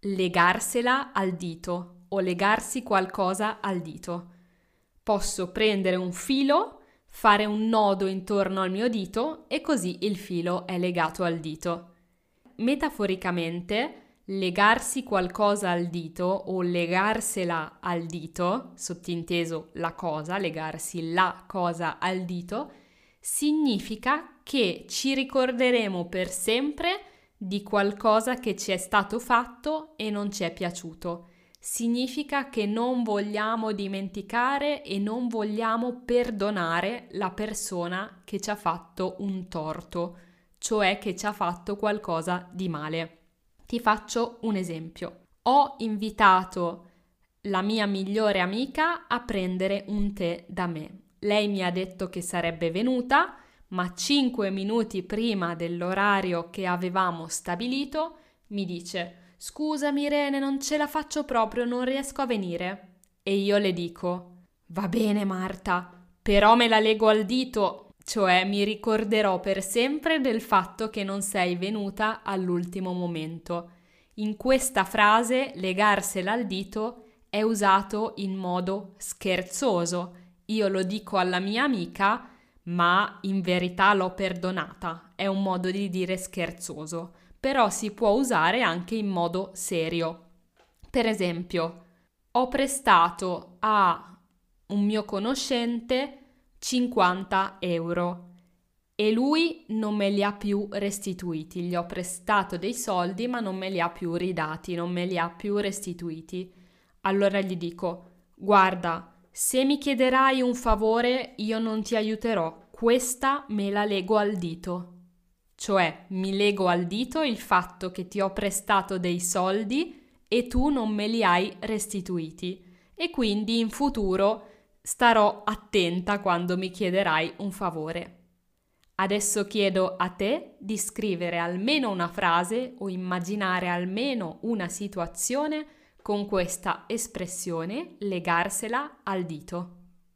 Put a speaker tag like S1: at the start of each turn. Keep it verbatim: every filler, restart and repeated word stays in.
S1: legarsela al dito o legarsi qualcosa al dito. Posso prendere un filo, fare un nodo intorno al mio dito e così il filo è legato al dito. Metaforicamente, legarsi qualcosa al dito o legarsela al dito, sottinteso la cosa, legarsi la cosa al dito, significa che ci ricorderemo per sempre di qualcosa che ci è stato fatto e non ci è piaciuto. Significa che non vogliamo dimenticare e non vogliamo perdonare la persona che ci ha fatto un torto, cioè che ci ha fatto qualcosa di male. Ti faccio un esempio. Ho invitato la mia migliore amica a prendere un tè da me. Lei mi ha detto che sarebbe venuta, ma cinque minuti prima dell'orario che avevamo stabilito mi dice: «Scusami Irene, non ce la faccio proprio, non riesco a venire». E io le dico: «Va bene Marta, però me la lego al dito». Cioè mi ricorderò per sempre del fatto che non sei venuta all'ultimo momento. In questa frase legarsela al dito è usato in modo scherzoso. Io lo dico alla mia amica, ma in verità l'ho perdonata. È un modo di dire scherzoso, però si può usare anche in modo serio. Per esempio, ho prestato a un mio conoscente cinquanta euro e lui non me li ha più restituiti. Gli ho prestato dei soldi ma non me li ha più ridati, non me li ha più restituiti. Allora gli dico: «Guarda, se mi chiederai un favore io non ti aiuterò, questa me la lego al dito». Cioè mi lego al dito il fatto che ti ho prestato dei soldi e tu non me li hai restituiti e quindi in futuro starò attenta quando mi chiederai un favore. Adesso chiedo a te di scrivere almeno una frase o immaginare almeno una situazione con questa espressione legarsela al dito.